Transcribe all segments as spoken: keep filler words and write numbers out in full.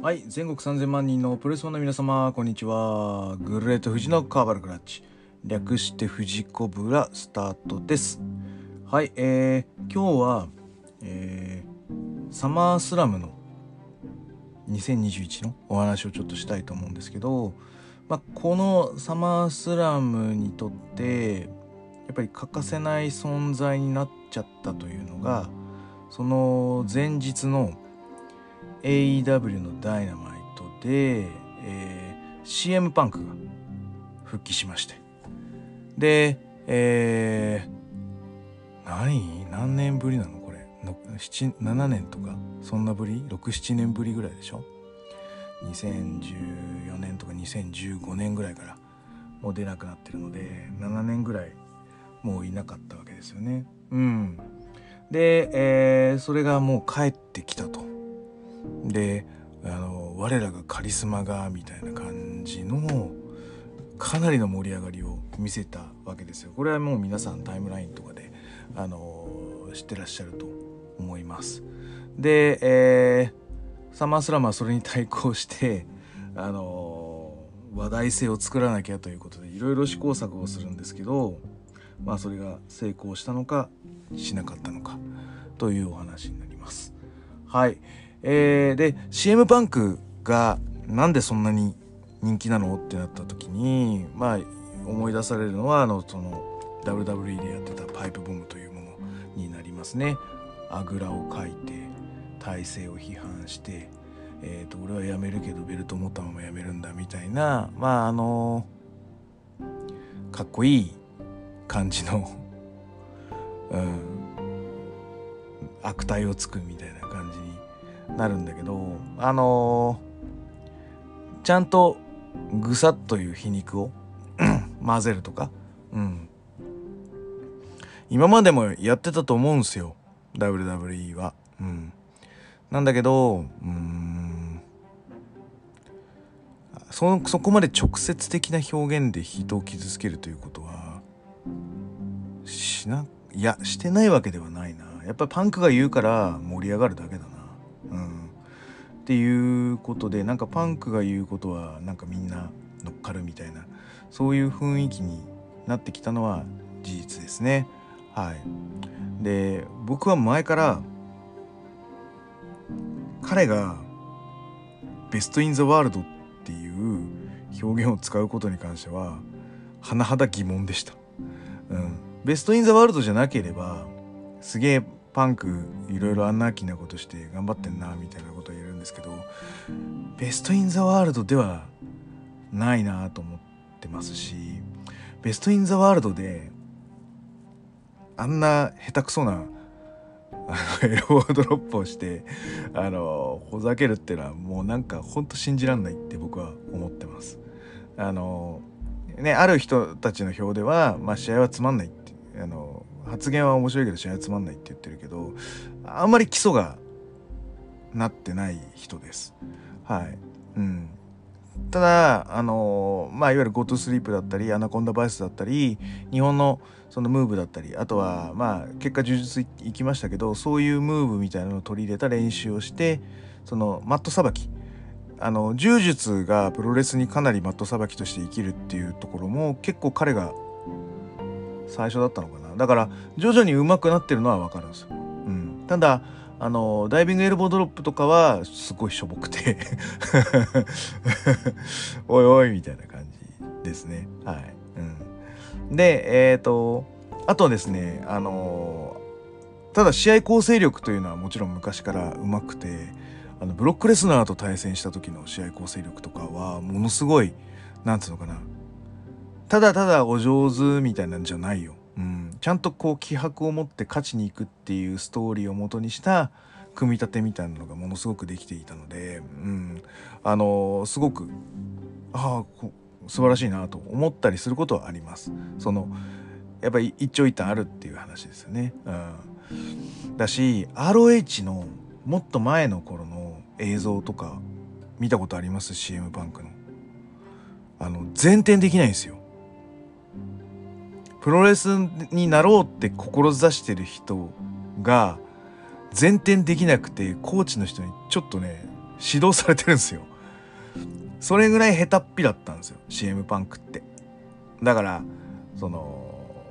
はい、全国さんぜんまん人のプロレスファンの皆様、こんにちは。グレート富士のカーバルクラッチ、略して富士コブラスタートです。はい、えー、今日は、えー、サマースラムのにせんにじゅういちのお話をちょっとしたいと思うんですけど、まあ、このサマースラムにとってやっぱり欠かせない存在になっちゃったというのが、その前日の エーイーダブリュー のダイナマイトで、えー、シーエム パンクが復帰しまして、で、えー、何何年ぶりなのこれのななねんとかそんなぶり ろく,なな 年ぶりぐらいでしょ。にせんじゅうよねんとかにせんじゅうごねんぐらいからもう出なくなってるので、ななねんぐらいもういなかったわけですよね。うんで、えー、それがもう帰ってきたと。で、あの我らがカリスマがみたいな感じのかなりの盛り上がりを見せたわけですよ。これはもう皆さんタイムラインとかであの知ってらっしゃると思います。で、えー、サマースラムはそれに対抗してあの話題性を作らなきゃということでいろいろ試行錯誤するんですけど、まあそれが成功したのかしなかったのかというお話になります。はい。えー、で シーエム パンクがなんでそんなに人気なのってなった時に、まあ思い出されるのはあのその ダブリューダブリューイー でやってたパイプボムというものになりますね。あぐらをかいて体制を批判して、えー、と俺はやめるけどベルト持ったままやめるんだみたいな、まああのかっこいい感じの、うん、悪態をつくみたいな感じになるんだけど、あのー、ちゃんとぐさっという皮肉を混ぜるとか、うん、今までもやってたと思うんですよ ダブリューダブリューイー は、うん、なんだけどうーん そ, そこまで直接的な表現で人を傷つけるということはしないやしてないわけではないな。やっぱりパンクが言うから盛り上がるだけだな、うん、っていうことで、なんかパンクが言うことはなんかみんな乗っかるみたいな、そういう雰囲気になってきたのは事実ですね。はい。で、僕は前から彼がベストインザワールドっていう表現を使うことに関しては甚だ疑問でした。うん、ベストインザワールドじゃなければすげえパンクいろいろアンナーキーなことして頑張ってんなみたいなことを言えるんですけど、ベストインザワールドではないなと思ってますし、ベストインザワールドであんな下手くそなあのエルボードロップをしてあのほざけるっていうのはもうなんかほんと信じらんないって僕は思ってます。あのね、ある人たちの表では、まあ、試合はつまんないってあの発言は面白いけど試合はつまんないって言ってるけど、あんまり基礎がなってない人です。はい。うん。ただあのまあいわゆる Go to Sleep だったりアナコンダバイスだったり日本のそのムーブだったり、あとはまあ結果柔術行きましたけど、そういうムーブみたいなのを取り入れた練習をして、そのマットさばき、あの柔術がプロレスにかなりマットさばきとして生きるっていうところも結構彼が最初だったのかな。だから徐々に上手くなってるのは分かるんですよ。うん、ただあのダイビングエルボードロップとかはすごいしょぼくておいおいみたいな感じですね。はい。うん、でえっ、ー、とあとはですね、あのただ試合構成力というのはもちろん昔から上手くて、あのブロックレスナーと対戦した時の試合構成力とかはものすごい、なんつうのかな、ただただお上手みたいなんじゃないよ。うん、ちゃんとこう気迫を持って勝ちに行くっていうストーリーを元にした組み立てみたいなのがものすごくできていたので、うん、あのー、すごくああ素晴らしいなと思ったりすることはあります。そのやっぱり一長一短あるっていう話ですよね。うん、だし アールオーエイチ のもっと前の頃の映像とか見たことあります？ シーエム パンクのあの前転できないんですよ。プロレスになろうって志してる人が前転できなくてコーチの人にちょっとね指導されてるんですよ。それぐらい下手っぴだったんですよ シーエム パンクって。だからその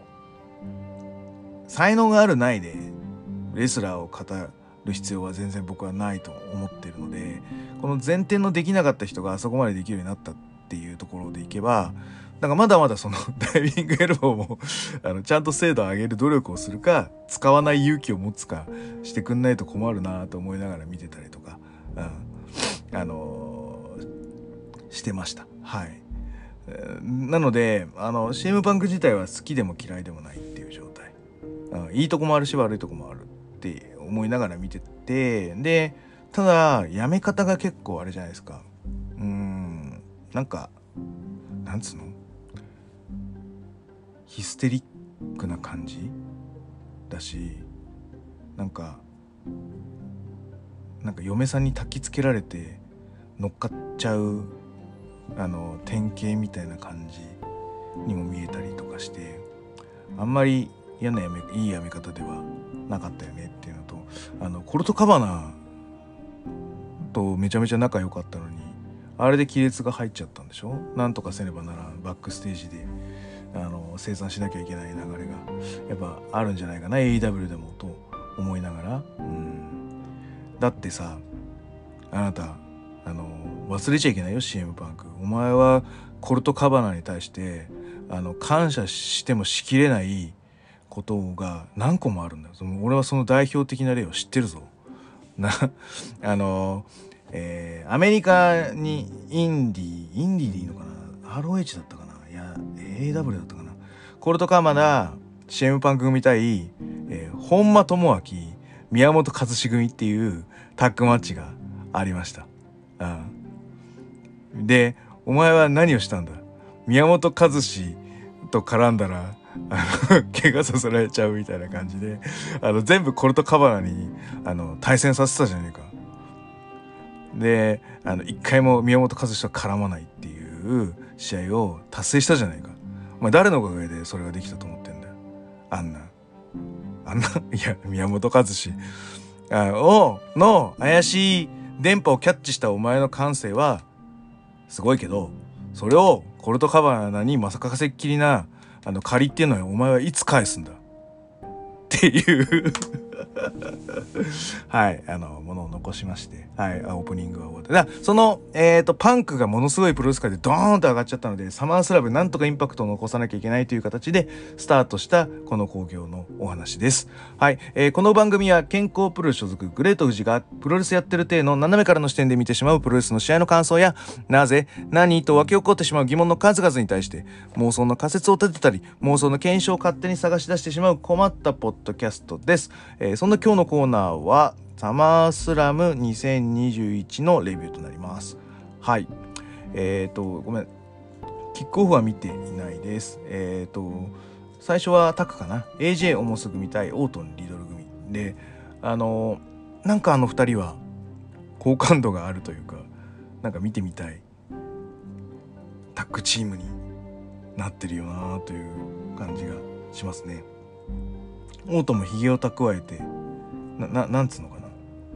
才能があるないでレスラーを語る必要は全然僕はないと思っているので、この前転のできなかった人があそこまでできるようになったっていうところでいけば、だからまだまだそのダイビングエルボーもあのちゃんと精度を上げる努力をするか、使わない勇気を持つかしてくんないと困るなと思いながら見てたりとか、うん、あのー、してました。はい。なのであの シーエム パンク自体は好きでも嫌いでもないっていう状態、うん、いいとこもあるし悪いとこもあるって思いながら見てて、でただやめ方が結構あれじゃないですか。うーんなんかなんつうの、ヒステリックな感じだし、なんかなんか嫁さんに焚きつけられて乗っかっちゃうあの典型みたいな感じにも見えたりとかして、あんまり嫌なやめいいやめ方ではなかったよねっていうのと、あのコルトカバナとめちゃめちゃ仲良かったのにあれで亀裂が入っちゃったんでしょ。なんとかせねばならんバックステージであの生産しなきゃいけない流れがやっぱあるんじゃないかな エーイーダブリュー でもと思いながら、うん、だってさあなたあの忘れちゃいけないよ シーエム パンク。お前はコルトカバナに対してあの感謝してもしきれないことが何個もあるんだよ。その俺はその代表的な例を知ってるぞ。なあの、えー、アメリカにインディインディでいいのかな アールオーエイチ だったかな、いや エーダブリュー だったかな、コルトカバナ シーエム パンク組対、えー、本間智明宮本和志組っていうタッグマッチがありました。うん、でお前は何をしたんだ。宮本和志と絡んだらあの怪我させられちゃうみたいな感じで、あの全部コルトカバナにあの対戦させたじゃねえか。であの一回も宮本和志と絡まないっていう試合を達成したじゃないか。お前誰のおかげでそれができたと思ってんだよ。あんなあんないや宮本和志あをの怪しい電波をキャッチしたお前の感性はすごいけど、それをコルトカバナにまさかせっきりなあの借りっていうのはお前はいつ返すんだっていうはいあのものを残しまして、はいオープニングが終わって、だそのえっとパンクがものすごいプロレス界でドーンと上がっちゃったので、サマースラブなんとかインパクトを残さなきゃいけないという形でスタートしたこの興行のお話です。はい、えー、この番組は健康プロレス所属グレート富士がプロレスやってる体の斜めからの視点で見てしまうプロレスの試合の感想や、なぜ何と湧き起こってしまう疑問の数々に対して妄想の仮説を立てたり妄想の検証を勝手に探し出してしまう困ったポッドキャストです。えー、そんな今日のコーナーはサマースラムにせんにじゅういちのレビューとなります。はい。えっと、ごめん。キックオフは見ていないです。えっと、最初はタックかな。エージェー オモス組対オートンリドル組。で、あの、なんかあの二人は好感度があるというか、なんか見てみたいタッグチームになってるよなという感じがしますね。オートンもヒゲを蓄えて、な、な、なんつうのかな。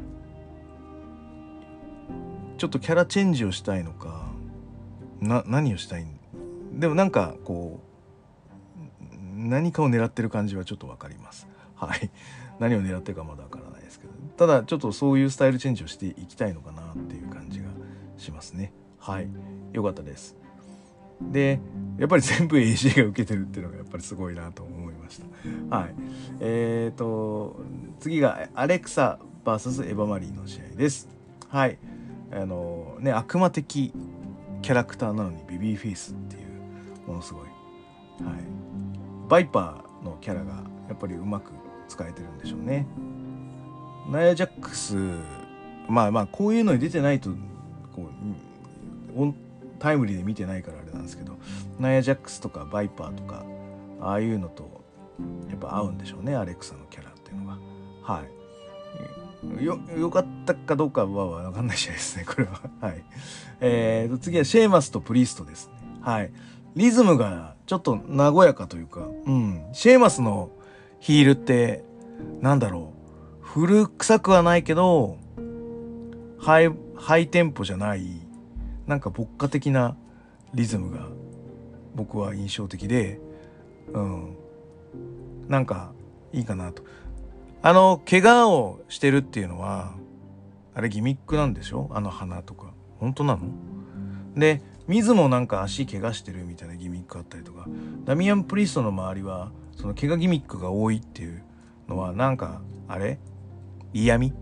ちょっとキャラチェンジをしたいのかな、何をしたいんでもなんかこう何かを狙ってる感じはちょっとわかります。はい何を狙ってるかまだわからないですけど、ただちょっとそういうスタイルチェンジをしていきたいのかなっていう感じがしますね。はいよかったです。でやっぱり全部 エージェー が受けてるっていうのがやっぱりすごいなと思いました。はいえーと次がアレクサ ブイエス エヴァマリーの試合です。はいあのね悪魔的キャラクターなのにベビーフェイスっていうものすごい、はい、バイパーのキャラがやっぱりうまく使えてるんでしょうね。ナイア・ジャックスまあまあこういうのに出てないとこうオンタイムリーで見てないからあれなんですけど、ナイア・ジャックスとかバイパーとかああいうのとやっぱ合うんでしょうね、アレクサのキャラっていうのが。はいよ、よかったかどうかはわかんない試合ですね、これは。はい。えーと、次はシェーマスとプリーストですね。はい。リズムがちょっと和やかというか、うん。シェーマスのヒールって、なんだろう。古臭くはないけど、ハイ、 ハイテンポじゃないなんか牧歌的なリズムが僕は印象的で、うん、なんかいいかなと。あの怪我をしてるっていうのはあれギミックなんでしょ、あの鼻とか本当なので、ミズもなんか足怪我してるみたいなギミックあったりとか、ダミアン・プリストの周りはその怪我ギミックが多いっていうのはなんかあれ嫌味、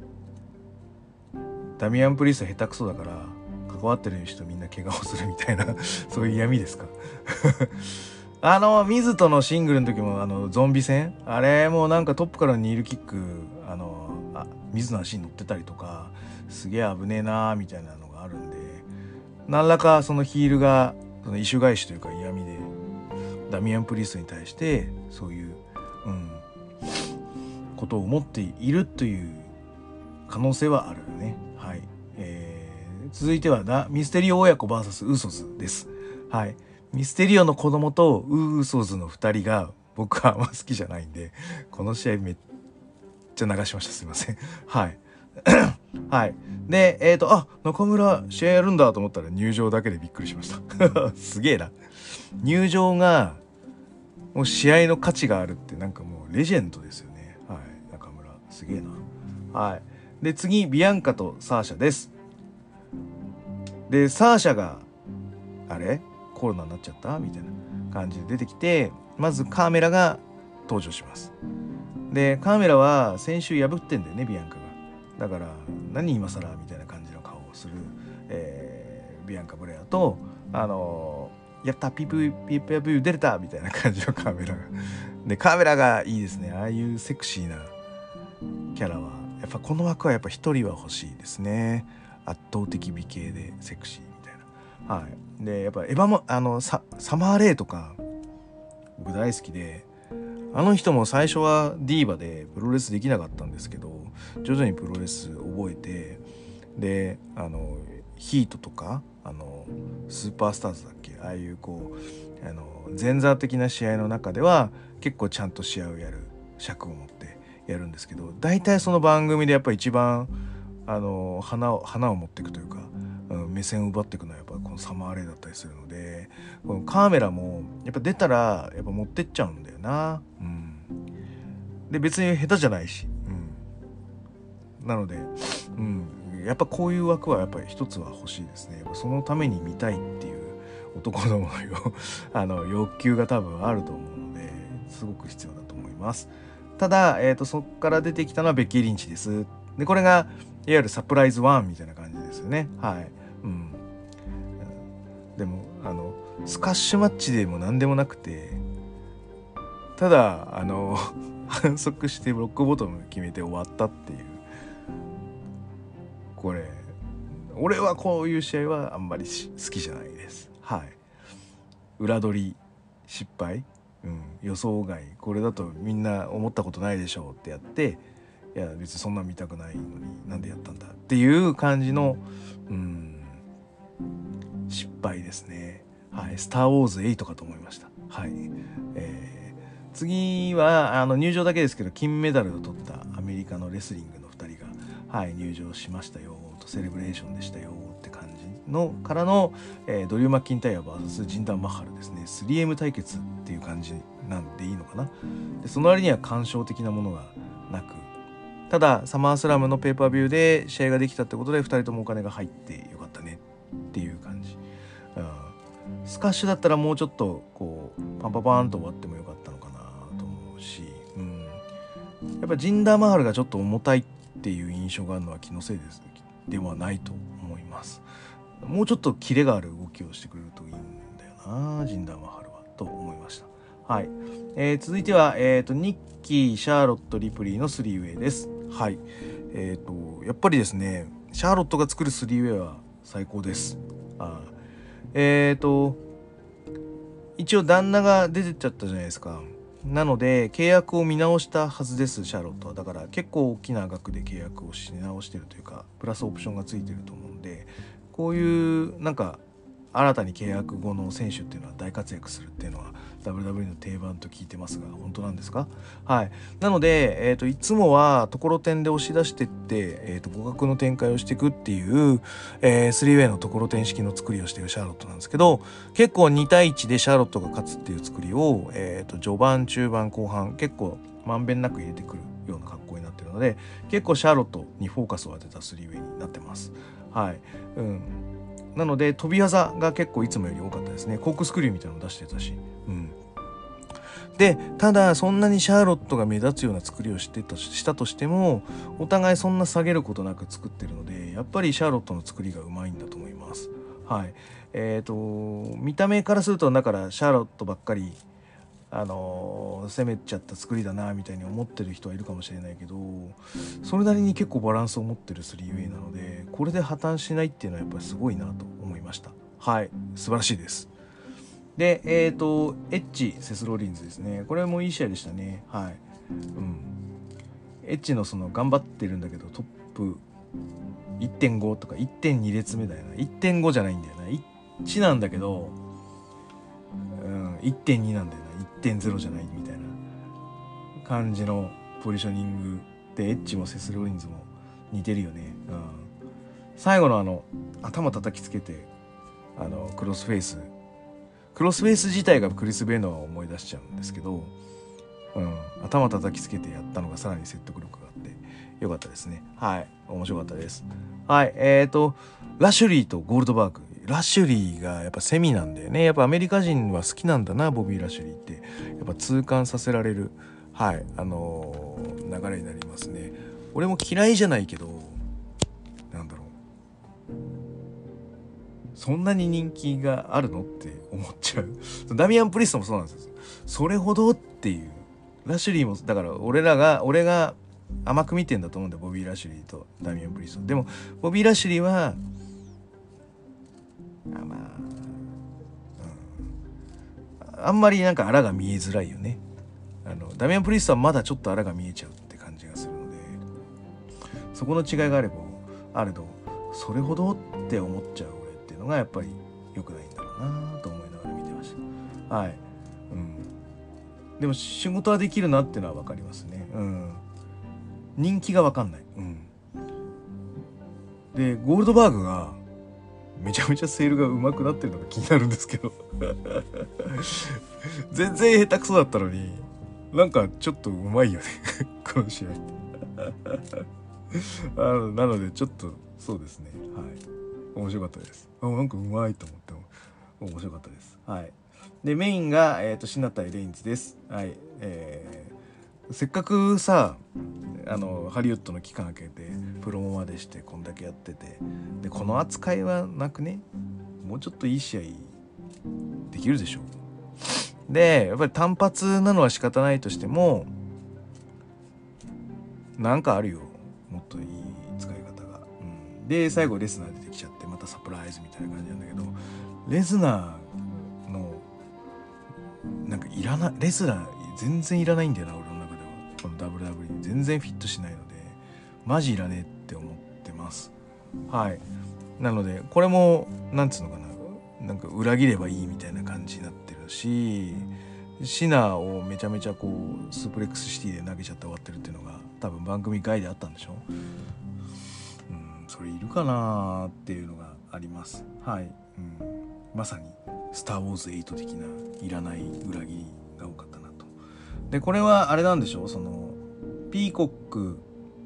ダミアン・プリスト下手くそだから関わってる人みんな怪我をするみたいなそういう嫌味ですかあのミズとのシングルの時もあのゾンビ戦あれもなんかトップからのニールキックあのあミズの足に乗ってたりとかすげえ危ねえなーみたいなのがあるんで、何らかそのヒールがその異種返しというか嫌味でダミアン・プリストに対してそういう、うん、ことを思っているという可能性はあるよね。はい、えー、続いてはなミステリオ親子 ブイエス ウーソズです。はい、ミステリオの子供とウーソズのふたりが僕はあんま好きじゃないんでこの試合めっちゃ流しました。すいません。はいはい。で、えっと、あ、中村試合やるんだと思ったら入場だけでびっくりしましたすげえな。入場がもう試合の価値があるってなんかもうレジェンドですよね。はい、中村すげえな。はい。で次ビアンカとサーシャです。でサーシャがあれコロナになっちゃったみたいな感じで出てきて、まずカーメラが登場します。でカーメラは先週破ってんだよねビアンカが。だから何今更みたいな感じの顔をする、えー、ビアンカ・ブレアとあのー、やったピープピープピープ出れたみたいな感じのカーメラがでカーメラがいいですね。ああいうセクシーなキャラはやっぱこの枠はやっぱ一人は欲しいですね。圧倒的美形でセクシーみたいな。はい。でやっぱエヴァもあの サ, サマーレイとか僕大好きで、あの人も最初はディーバでプロレスできなかったんですけど徐々にプロレス覚えて、であのヒートとかあのスーパースターズだっけ、ああいうこうあの前座的な試合の中では結構ちゃんと試合をやる尺を持ってやるんですけど、大体その番組でやっぱ一番あの花を花を持っていくというか、うん、目線を奪っていくのはやっぱこのサマーレイだったりするので、このカーメラもやっぱ出たらやっぱ持ってっちゃうんだよな。うん、で別に下手じゃないし、うん、なので、うん、やっぱこういう枠はやっぱり一つは欲しいですね。やっぱそのために見たいっていう男どものよあの欲求が多分あると思うのですごく必要だと思います。ただ、えーと、そこから出てきたのはベッキー・リンチです。でこれがいわゆるサプライズワンみたいな感じですよね。はい、うん、でもあのスカッシュマッチでも何でもなくて、ただあの反則してブロックボトム決めて終わったっていう、これ俺はこういう試合はあんまり好きじゃないです。はい、裏取り失敗、うん、予想外、これだとみんな思ったことないでしょうってやって、いや別にそんな見たくないのになんでやったんだっていう感じの、うん、失敗ですね。はい、スター・ウォーズエイトかと思いました。はい、えー、次はあの入場だけですけど金メダルを取ったアメリカのレスリングのふたりが、はい、入場しましたよと、セレブレーションでしたよって感じのからの、えー、ドリュー・マッキンタイヤ ブイエス ジンダン・マッハルですね。 スリーエム 対決っていう感じなんでいいのかな。でその割には感傷的なものがなく、ただサマースラムのペーパービューで試合ができたってことでふたりともお金が入ってよかったねっていう感じ、うん、スカッシュだったらもうちょっとこうパンパパーンと終わってもよかったのかなと思うし、うん、やっぱジンダーマハルがちょっと重たいっていう印象があるのは気のせいですではないと思います。もうちょっとキレがある動きをしてくれるといいんだよなジンダーマハルはと思いました。はい、えー、続いては、えーと、ニッキー、シャーロット、リプリーのスリーウェイです。はい、えーとやっぱりですねシャーロットが作るスリーウェイは最高です。あえーと一応旦那が出てっちゃったじゃないですか。なので契約を見直したはずです。シャーロットはだから結構大きな額で契約をし直してるというかプラスオプションがついてると思うんで、こういうなんか新たに契約後の選手っていうのは大活躍するっていうのは ダブリューダブリュー の定番と聞いてますが、本当なんですか？はい。なので、えーと、いつもはところてんで押し出してって、えーと、互角の展開をしていくっていう、えー、スリーウェイのところてん式の作りをしているシャーロットなんですけど、結構に対いちでシャーロットが勝つっていう作りを、えーと、序盤、中盤、後半結構まんべんなく入れてくるような格好になってるので、結構シャーロットにフォーカスを当てたスリーウェイになってます。はい。うん。なので飛び技が結構いつもより多かったですね。コークスクリューみたいなの出してたし。うん。で、ただそんなにシャーロットが目立つような作りをしてたしたとしても、お互いそんな下げることなく作ってるので、やっぱりシャーロットの作りがうまいんだと思います。はい。えっと、見た目からするとだからシャーロットばっかりあのー、攻めちゃった作りだなみたいに思ってる人はいるかもしれないけど、それなりに結構バランスを持ってる スリーウェイ なので、これで破綻しないっていうのはやっぱりすごいなと思いました。はい、素晴らしいです。で、えっとエッジセスローリンズですね。これもいい試合でしたね。はい、うん、エッジのその頑張ってるんだけどトップ いってんご とか いってんに 列目だよな。いってんご じゃないんだよな。いちなんだけど、うん、いってんに なんだよな。いってんゼロ じゃないみたいな感じのポジショニングで、エッジもセスローリンズも似てるよね。うん、最後のあの頭叩きつけてあのクロスフェイスクロスフェイス自体がクリス・ベノアを思い出しちゃうんですけど、うん、頭叩きつけてやったのがさらに説得力があってよかったですね。はい、面白かったです。はい、えーとラシュリーとゴールドバーグ。ラシュリーがやっぱセミなんだよね。やっぱアメリカ人は好きなんだな、ボビー・ラシュリーって。やっぱ痛感させられる、はい、あのー、流れになりますね。俺も嫌いじゃないけど、なんだろう、そんなに人気があるのって思っちゃう。ダミアン・プリストもそうなんですよ。それほどっていう。ラシュリーもだから俺らが俺が甘く見てんだと思うんだよ、ボビー・ラシュリーとダミアン・プリスト。でもボビー・ラシュリーはあまあ、うん、あんまりなんかあらが見えづらいよね。あのダミアン・プリストはまだちょっとあらが見えちゃうって感じがするので、そこの違いがあればあれど、それほどって思っちゃう俺っていうのがやっぱり良くないんだろうなと思いながら見てました。はい、うん、でも仕事はできるなっていうのは分かりますね。うん、人気が分かんない。うん、でゴールドバーグがめちゃめちゃセールが上手くなってるのが気になるんですけど全然下手くそだったのになんかちょっと上手いよねこの試合あのなのでちょっとそうですね、はい、面白かったです。あ、なんか上手いと思って面白かったです。はい。でメインが、えー、とシナ対レインズです。はい、えー、せっかくさあのハリウッドの期間明けてプロモまでしてこんだけやってて、でこの扱いはなくね、もうちょっといい試合できるでしょ。でやっぱり単発なのは仕方ないとしても、なんかあるよ、もっといい使い方が、うん、で最後レスナー出てきちゃってまたサプライズみたいな感じなんだけど、レスナーのなんかいらない、レスラー全然いらないんだよな、俺の中では。この ダブリューダブリュー に全然フィットしないのでマジいらねえって思ってます。はい。なのでこれもなんつうのかな、なんか裏切ればいいみたいな感じになってるし、シナをめちゃめちゃこうスープレックスシティで投げちゃって終わってるっていうのが多分番組外であったんでしょ。うん、それいるかなっていうのがあります。はい、うん、まさにスター・ウォーズエイト的ないらない裏切りが多かったなと。でこれはあれなんでしょう、そのピーコック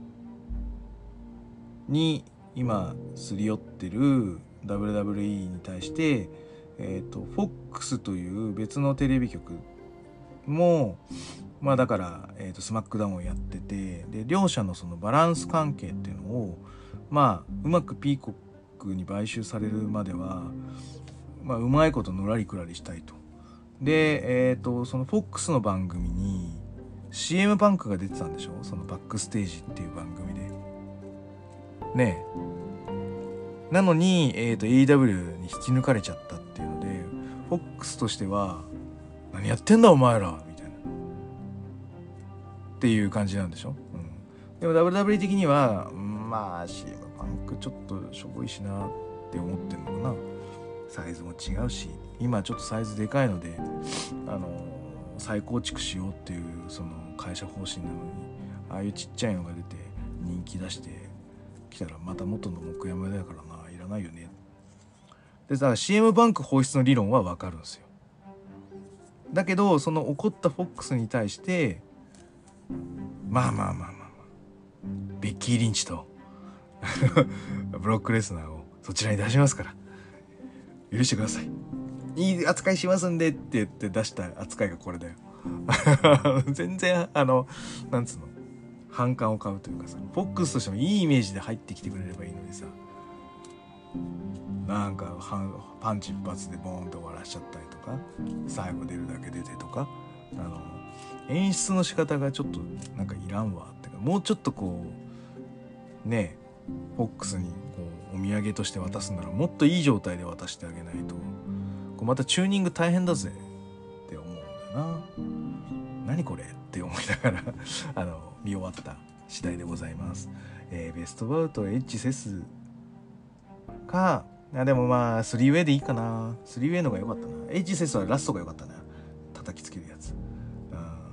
に今すり寄ってる ダブリューダブリューイー に対して、えーと、フォックスという別のテレビ局もまあだから、えーと、スマックダウンをやってて、で両者のそのバランス関係っていうのをまあうまくピーコックに買収されるまではまあうまいことのらりくらりしたいと。でえーとそのフォックスの番組に シーエム パンクが出てたんでしょ、そのバックステージっていう番組でねえ。なのに、えーと エーイーダブリュー に引き抜かれちゃったっていうので、フォックスとしては何やってんだお前らみたいなっていう感じなんでしょ、うん、でも ダブリューダブリューイー 的にはまあ シーエム パンクちょっとしょぼいしなって思ってんのかな。 サイズも違うし、今ちょっとサイズでかいのであの再構築しようっていうその会社方針なのに、ああいうちっちゃいのが出て人気出してきたらまた元の木山だからな、いらないよね。でだから シーエム バンク放出の理論は分かるんですよ。だけどその怒ったフォックスに対してまあまあまあまあまあベッキー・リンチとブロック・レスナーをそちらに出しますから許してください、いい扱いしますんでって言って出した扱いがこれだよ全然あのなんつうの反感を買うというかさ、フォックスとしてもいいイメージで入ってきてくれればいいのにさ、なんかパンチ一発でボーンと終わらしちゃったりとか、最後出るだけ出てとか、あの演出の仕方がちょっとなんかいらんわってか、もうちょっとこうねフォックスにこうお土産として渡すならもっといい状態で渡してあげないと、こうまたチューニング大変だぜって思うんだよな。何これって思いながらあの見終わった次第でございます。えー、ベストバウトエッジセスか、あでもまあスリーウェイでいいかな。スリーウェイのが良かったな。エッジセスはラストが良かったな。叩きつけるやつ、うん、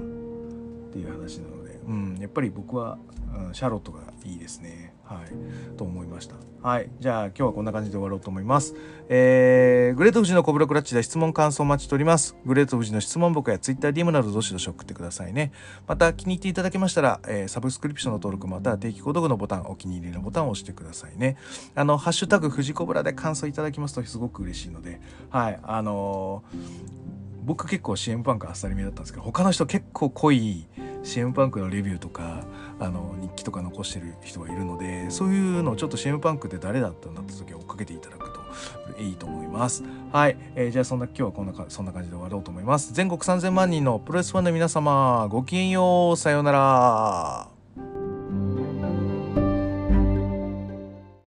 っていう話なので、うん、やっぱり僕は、うん、シャーロットがいいですね。はい、と思いました。はい、じゃあ今日はこんな感じで終わろうと思います。えー、グレート富士のコブラクラッチで質問感想お待ちしております。グレート富士の質問箱やツイッター ディーエム などどしどし送ってくださいね。また気に入っていただけましたら、えー、サブスクリプションの登録または定期購読のボタン、お気に入りのボタンを押してくださいね。あのハッシュタグ富士コブラで感想いただきますとすごく嬉しいので、はいあのー、僕結構 シーエム パンクあっさりめだったんですけど、他の人結構濃い シーエム パンクのレビューとかあの日記とか残してる人がいるので、そういうのをちょっと シーエム パンクって誰だったんだった時は追っかけていただくといいと思います。はい、えー、じゃあそんな今日はこんなかそんな感じで終わろうと思います。全国さんぜんまん人のプロレスファンの皆様、ごきげんよう、さようなら。